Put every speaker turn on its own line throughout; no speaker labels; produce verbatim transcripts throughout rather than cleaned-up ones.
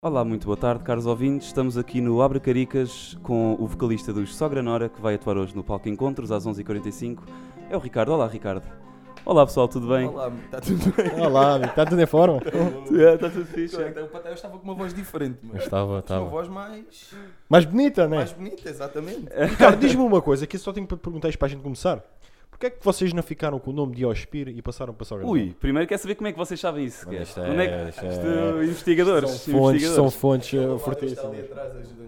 Olá, muito boa tarde, caros ouvintes. Estamos aqui no Abre Caricas com o vocalista dos Sogra Nora, que vai atuar hoje no Palco Encontros às onze e quarenta e cinco. É o Ricardo. Olá, Ricardo. Olá, pessoal, tudo bem?
Olá, está tudo bem?
Olá, está tudo em forma?
É, está tudo fixe.
Eu estava com uma voz diferente, mas
Estava,
uma
estava.
voz mais,
Mais bonita, né?
mais bonita, exatamente.
Ricardo, diz-me uma coisa, que eu só tenho para te perguntar isto para a gente começar. Porquê é que vocês não ficaram com o nome de Diospir e passaram para Sogra Nora?
Ui, primeiro quero saber como é que vocês sabem isso.
Olha,
quer?
isto é-
Onde é que...
isto é-
Isto, investigadores.
São fontes, são
investigadores.
fontes uh,
Está ali
fortíssimas.
atrás ajudando.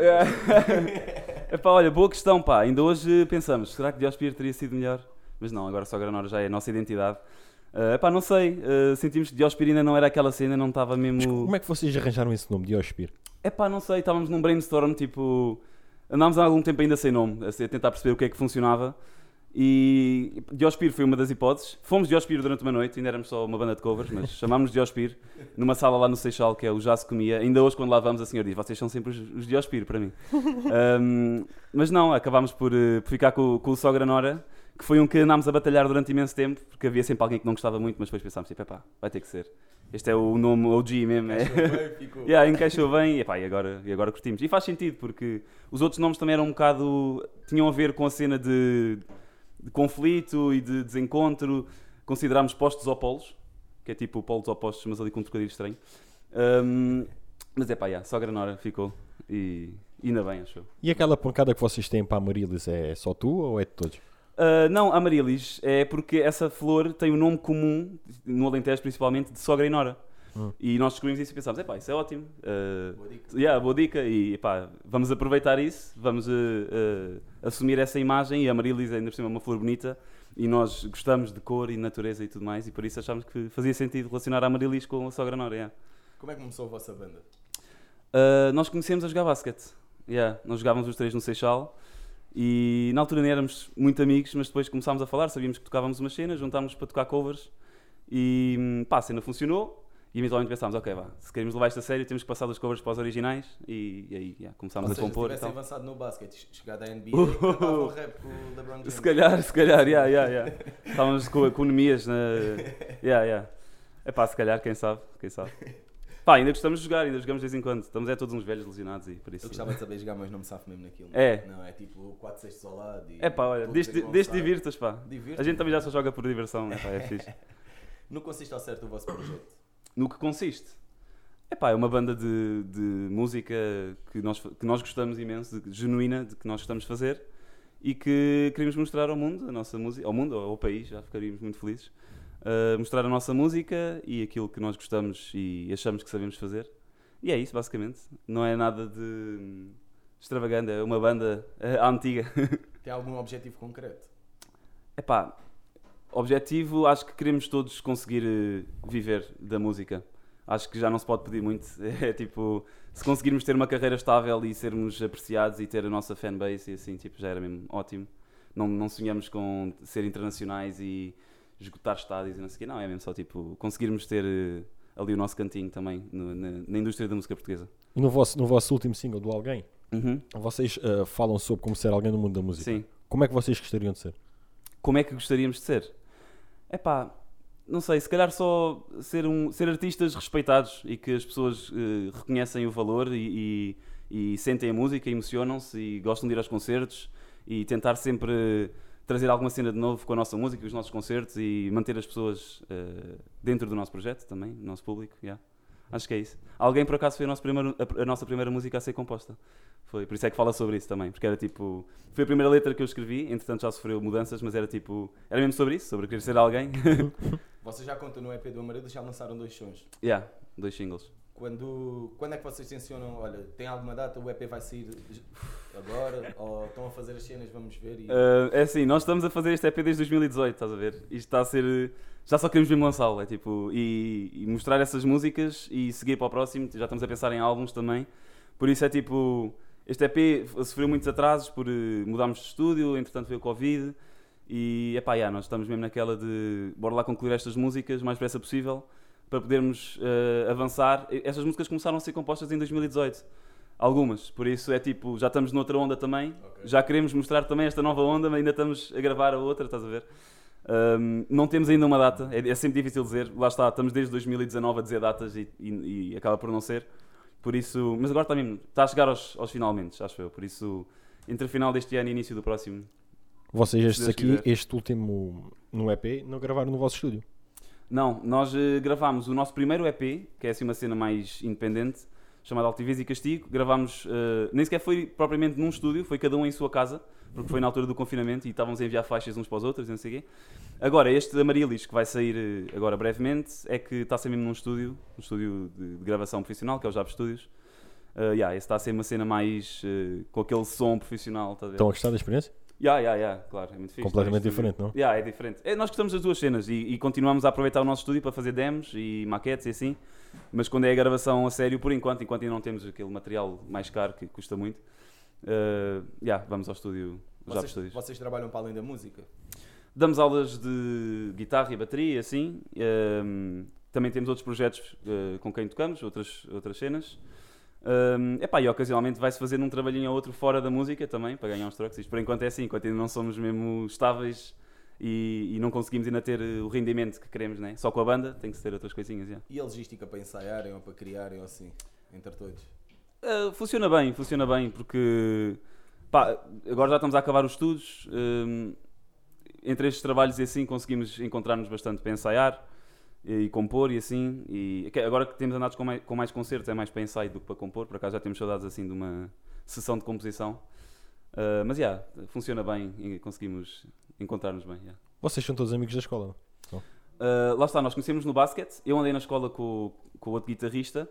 É. Epá, olha, boa questão, pá. Ainda hoje pensamos, será que Diospir teria sido melhor? Mas não, agora Sogra Nora já é a nossa identidade. Uh, epá, não sei, uh, sentimos que Diospir ainda não era aquela cena, não estava
Mas
mesmo...
como é que vocês arranjaram esse nome, Diospir?
Epá, não sei, estávamos num brainstorm, tipo... Andámos há algum tempo ainda sem nome, a tentar perceber o que é que funcionava. E Diospir foi uma das hipóteses. Fomos Diospir durante uma noite, ainda éramos só uma banda de covers, mas chamámos-nos Diospir numa sala lá no Seixal, que é o Já Se Comia. Ainda hoje, quando lá vamos, a senhora diz: vocês são sempre os, os Diospir para mim. Um, mas não, acabámos por, uh, por ficar com, com o Sogra Nora, que foi um que andámos a batalhar durante imenso tempo, porque havia sempre alguém que não gostava muito, mas depois pensámos: tipo, epá, vai ter que ser. Este é o nome O G mesmo. É.
Ficou.
Yeah, encaixou bem e, epá, e, agora, e agora curtimos. E faz sentido, porque os outros nomes também eram um bocado. Tinham a ver com a cena de. de conflito e de desencontro, considerámos postos opolos, que é tipo polos opostos, mas ali com um trocadilho estranho. Um, mas é pá, yeah, Sogra Nora ficou e ainda bem, acho eu.
E aquela pancada que vocês têm para a Marilis é só tu ou é de todos?
Uh, não, a Marilis é porque essa flor tem o um nome comum, no Alentejo principalmente, de Sogra e Nora.
Hum.
E nós descobrimos isso e pensámos, epá, isso é ótimo. Uh,
Boa dica.
yeah, boa dica e epá, vamos aproveitar isso, vamos uh, uh, assumir essa imagem e a Marilis ainda por cima é uma flor bonita e nós gostamos de cor e natureza e tudo mais e por isso achámos que fazia sentido relacionar a Marilis com a Sogra Nora. Yeah.
Como é que começou a vossa banda?
Uh, nós conhecemos a jogar basquete. Yeah, nós jogávamos os três no Seixal e na altura nem éramos muito amigos, mas depois começámos a falar, sabíamos que tocávamos umas cenas, juntámos para tocar covers e pá, a cena funcionou. E eventualmente pensámos, ok, vá, se queremos levar isto a sério, temos que passar dos covers para os originais e, e aí yeah, começámos
Ou
a
seja,
compor
se
e
tivessem
tal.
avançado no basquete, chegado à N B A, uh, cantavam rap com o LeBron James.
Se calhar, se calhar, yeah, yeah, yeah. Estávamos com economias na... Yeah, yeah. Epá, se calhar, quem sabe, quem sabe. Pá, ainda gostamos de jogar, ainda jogamos de vez em quando. Estamos é todos uns velhos lesionados e por isso...
Eu gostava de saber jogar, mas não me safo mesmo naquilo.
É.
Não, é tipo quatro sextos ao lado e...
Epá, olha,
tudo
desde,
bem
desde
avançado.
divirtas, pá.
Divirto.
A gente também já só joga por diversão, epá, é fixe.
No que consiste ao certo o vosso projeto?
No que consiste? Epá, é uma banda de, de música que nós, que nós gostamos imenso, de, genuína, de que nós gostamos de fazer e que queremos mostrar ao mundo, a nossa música, ao mundo ou ao país, já ficaríamos muito felizes, uh, mostrar a nossa música e aquilo que nós gostamos e achamos que sabemos fazer. E é isso, basicamente. Não é nada de hum, extravagante, é uma banda uh, antiga.
Tem algum objetivo concreto?
Epá, objetivo, acho que queremos todos conseguir uh, viver da música. Acho que já não se pode pedir muito. É tipo, se conseguirmos ter uma carreira estável e sermos apreciados e ter a nossa fanbase e assim, tipo, já era mesmo ótimo. Não, não sonhamos com ser internacionais e esgotar estádios e não sei o quê. Não, é mesmo só tipo, conseguirmos ter uh, ali o nosso cantinho também no, na, na indústria da música portuguesa.
E no vosso, no vosso último single, do Alguém,
Uhum.
vocês uh, falam sobre como ser alguém no mundo da música.
Sim.
Como é que vocês gostariam de ser?
Como é que gostaríamos de ser? Epá, não sei, se calhar só ser, um, ser artistas respeitados e que as pessoas uh, reconhecem o valor e, e, e sentem a música, emocionam-se e gostam de ir aos concertos e tentar sempre trazer alguma cena de novo com a nossa música e os nossos concertos e manter as pessoas uh, dentro do nosso projeto também, do nosso público. Yeah. Acho que é isso. Alguém por acaso foi a nossa, primeira, a, a nossa primeira música a ser composta. Foi, por isso é que fala sobre isso também, porque era tipo... Foi a primeira letra que eu escrevi, entretanto já sofreu mudanças, mas era tipo... Era mesmo sobre isso, sobre querer ser alguém.
Vocês já contam no E P do Amarelo, já lançaram dois sons.
Yeah, dois singles.
Quando, quando é que vocês tencionam, olha, tem alguma data, o E P vai sair agora, ou estão a fazer as cenas, vamos ver e...
Uh, é assim, nós estamos a fazer este E P desde dois mil e dezoito, estás a ver? Isto está a ser... Já só queremos mesmo lançá-lo, é tipo... E, e mostrar essas músicas e seguir para o próximo, já estamos a pensar em álbuns também. Por isso é tipo... Este E P sofreu muitos atrasos por uh, mudarmos de estúdio, entretanto veio o Covid e epá, yeah, nós estamos mesmo naquela de bora lá concluir estas músicas o mais depressa possível para podermos uh, avançar. Estas músicas começaram a ser compostas em dois mil e dezoito, algumas, por isso é tipo, já estamos noutra onda também,
Ok.
já queremos mostrar também esta nova onda, mas ainda estamos a gravar a outra, estás a ver? Um, não temos ainda uma data, é, é sempre difícil dizer, lá está, estamos desde dois mil e dezanove a dizer datas e, e, e acaba por não ser. Por isso, mas agora está mesmo, está a chegar aos, aos finalmente, acho eu. Por isso, entre o final deste ano e início do próximo.
Vocês estes
Deus
aqui,
quiser.
este último no E P, não gravaram no vosso estúdio?
Não, nós eh, gravámos o nosso primeiro E P, que é assim uma cena mais independente, chamada Altivez e Castigo. Gravámos, eh, nem sequer foi propriamente num estúdio, foi cada um em sua casa, porque foi na altura do confinamento e estávamos a enviar faixas uns para os outros e não sei o quê. Agora, este Amarilis, que vai sair eh, agora brevemente, é que está a ser mesmo num estúdio, um estúdio de, de gravação profissional, que é o Jab Studios. Uh, yeah, esse está a ser uma cena mais uh, com aquele som profissional, tá a ver?
Estão a gostar da experiência?
Yeah, yeah, yeah, claro, é muito fixe.
Completamente
tá,
diferente, não?
Yeah, é diferente. É, nós gostamos das duas cenas e, e continuamos a aproveitar o nosso estúdio para fazer demos e maquetes e assim, mas quando é a gravação a sério, por enquanto, enquanto ainda não temos aquele material mais caro que custa muito, uh, yeah, vamos ao estúdio, já
Vocês,
estúdios.
vocês trabalham para além da música?
Damos aulas de guitarra e bateria, assim, um, também temos outros projetos uh, com quem tocamos, outras, outras cenas. Um, epá, e ocasionalmente vai-se fazer um trabalhinho ou outro fora da música também, para ganhar uns trocos. Isto por enquanto é assim, enquanto ainda não somos mesmo estáveis e, e não conseguimos ainda ter o rendimento que queremos, né? Só com a banda tem que se ter outras coisinhas. Yeah.
E a logística para ensaiarem ou para criarem ou assim, entre todos?
Uh, funciona bem, funciona bem, porque pá, agora já estamos a acabar os estudos, um, entre estes trabalhos e assim conseguimos encontrar-nos bastante para ensaiar e compor e assim, e agora que temos andado com mais, com mais concertos é mais para ensaio do que para compor, por acaso já temos saudades assim de uma sessão de composição, uh, mas já, yeah, funciona bem e conseguimos encontrar-nos bem. Yeah.
Vocês são todos amigos da escola? Não?
Uh, lá está, nós conhecemos no basquete, eu andei na escola com, com outro guitarrista,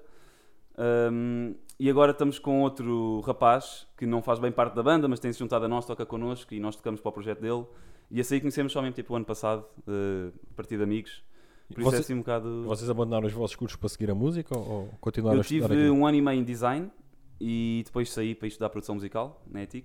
um, e agora estamos com outro rapaz que não faz bem parte da banda, mas tem-se juntado a nós, toca connosco e nós tocamos para o projeto dele, e esse aí conhecemos só mesmo tipo o ano passado, uh, a partir de amigos. Por isso
Você-
é assim um bocado...
Vocês abandonaram os vossos cursos para seguir a música ou, ou continuaram
Eu
a estudar
tive
aquilo?
um ano e meio em design e depois saí para estudar produção musical na E T I C.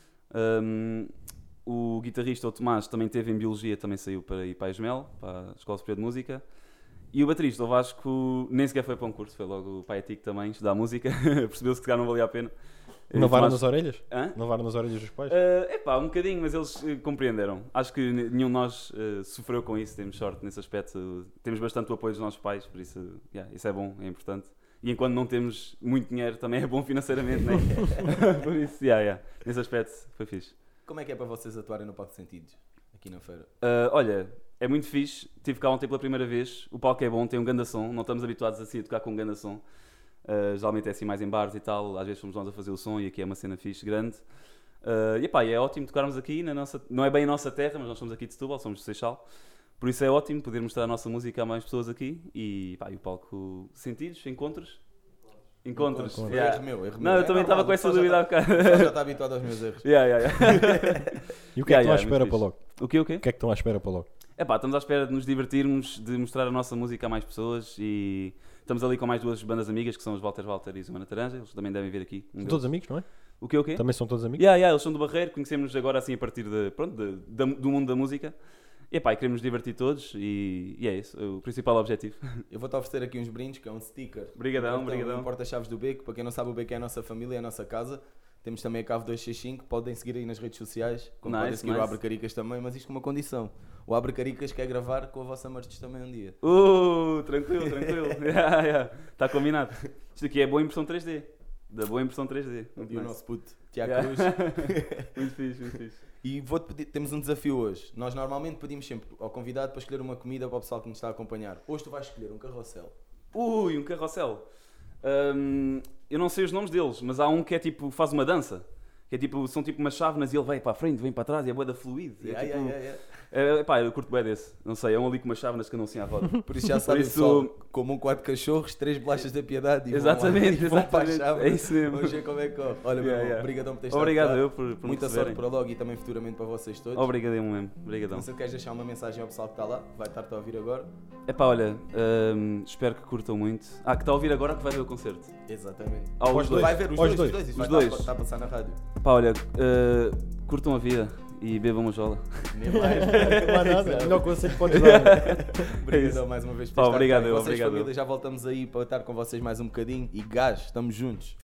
Um, o guitarrista, o Tomás, também teve em biologia, também saiu para ir para a Ismel, para a Escola Superior de Música. E o baterista, o Vasco, nem sequer foi para um curso, foi logo para a E T I C também, estudar música. Percebeu-se que já não valia a pena.
Não
O
varam
Tomás-
nas orelhas?
Hã?
Não varam nas orelhas dos pais?
É pá, um bocadinho, mas eles eh, compreenderam. Acho que n- nenhum de nós eh, sofreu com isso, temos sorte nesse aspecto. Temos bastante o apoio dos nossos pais, por isso yeah, isso é bom, é importante. E enquanto não temos muito dinheiro, também é bom financeiramente, né? Por isso, yeah, yeah. Nesse aspecto foi fixe.
Como é que é para vocês atuarem no Palco de Sentidos, aqui na feira?
Uh, olha, é muito fixe, estive cá ontem pela primeira vez, o palco é bom, tem um ganda som, não estamos habituados assim a tocar com um ganda som. Uh, geralmente é assim mais em bares e tal, às vezes somos nós a fazer o som e aqui é uma cena fixe, grande. Uh, e epá, é ótimo tocarmos aqui, na nossa, não é bem a nossa terra, mas nós somos aqui de Setúbal, somos de Seixal. Por isso é ótimo poder mostrar a nossa música a mais pessoas aqui e, pá, e o palco sentidos, encontros. Encontros.
Foi
yeah.
erro meu, erro
Não,
meu.
eu
É
também
normal,
estava com
o
essa
pessoal já
dúvida há
tá- O
bocado.
pessoal já está habituado aos meus erros.
Yeah, yeah, yeah.
E o que é que estão
Yeah,
à
yeah,
espera
muito
para
fixe.
logo?
O quê, o quê?
O que é que estão à espera para logo?
É pá, estamos à espera de nos divertirmos, de mostrar a nossa música a mais pessoas e estamos ali com mais duas bandas amigas que são os Walter Walter e os Humana Taranja, eles também devem vir aqui. Um
São
deles.
todos amigos, não é?
O quê, o quê?
Também são todos amigos?
Yeah, yeah, eles são do Barreiro, conhecemos-nos agora assim a partir de, pronto, de- da- do mundo da música. E pá, e queremos nos divertir todos e, e é isso, o principal objetivo.
Eu vou-te oferecer aqui uns brindes, que é um sticker.
Obrigadão,
Um
obrigadão.
porta-chaves do Beco. Para quem não sabe, o Beco é a nossa família, é a nossa casa. Temos também a Cave dois seis cinco. Podem seguir aí nas redes sociais. Como
Nice,
podem seguir
nice.
o Abre Caricas também. Mas isto com uma condição. O Abre Caricas quer gravar com a vossa merch também um dia.
Uh, tranquilo, tranquilo. yeah, yeah. Está combinado. Isto aqui é boa impressão três D. Da boa impressão três D. Muito
E o
nice.
nosso puto, Tiago
Yeah.
Cruz.
Muito fixe, muito fixe.
E vou-te pedir, temos um desafio hoje. Nós normalmente pedimos sempre ao convidado para escolher uma comida para o pessoal que nos está a acompanhar. Hoje tu vais escolher um carrossel.
Ui, um carrossel. Hum, eu não sei os nomes deles, mas há um que é tipo, faz uma dança. Que é tipo, são tipo umas chávenas e ele vai para a frente, vem para trás e é bué da fluido. É,
Yeah,
tipo,
yeah, yeah, yeah.
é, pá, eu curto bué desse. Não sei, é um ali com umas chávenas que andam assim à roda.
Por isso já sabem,
isso-
pessoal, como um quatro cachorros, três bolachas da piedade e
Exatamente,
vão, lá, e vão para a
exatamente.
chave.
É isso mesmo.
Vamos ver como é que corre. Olha, meu
Yeah,
irmão,
yeah.
obrigadão por ter estado
Obrigado
cá.
eu por, por me
Muita sorte
receberem.
para logo e também futuramente para vocês todos.
Obrigadão mesmo, obrigadão.
Não sei se queres deixar uma mensagem ao pessoal que está lá, vai estar-te a ouvir agora.
Epá, olha, hum, espero que curtam muito. Ah, que está a ouvir agora que vai ver o concerto.
Exatamente.
Ah, os dois.
Vai ver os
Aos
dois,
dois.
os dois, isso
Os
vai
dois.
Estar, está a passar na rádio.
Pá, olha, uh, curtam a vida e bebam uma jola.
Nem mais.
Não há nada. O melhor conselho que podes dar.
Obrigadão mais uma vez por
Pá,
estar
obrigado
cá.
eu,
Vocês,
obrigado
família,
eu.
já voltamos aí para estar com vocês mais um bocadinho. E gás, estamos juntos.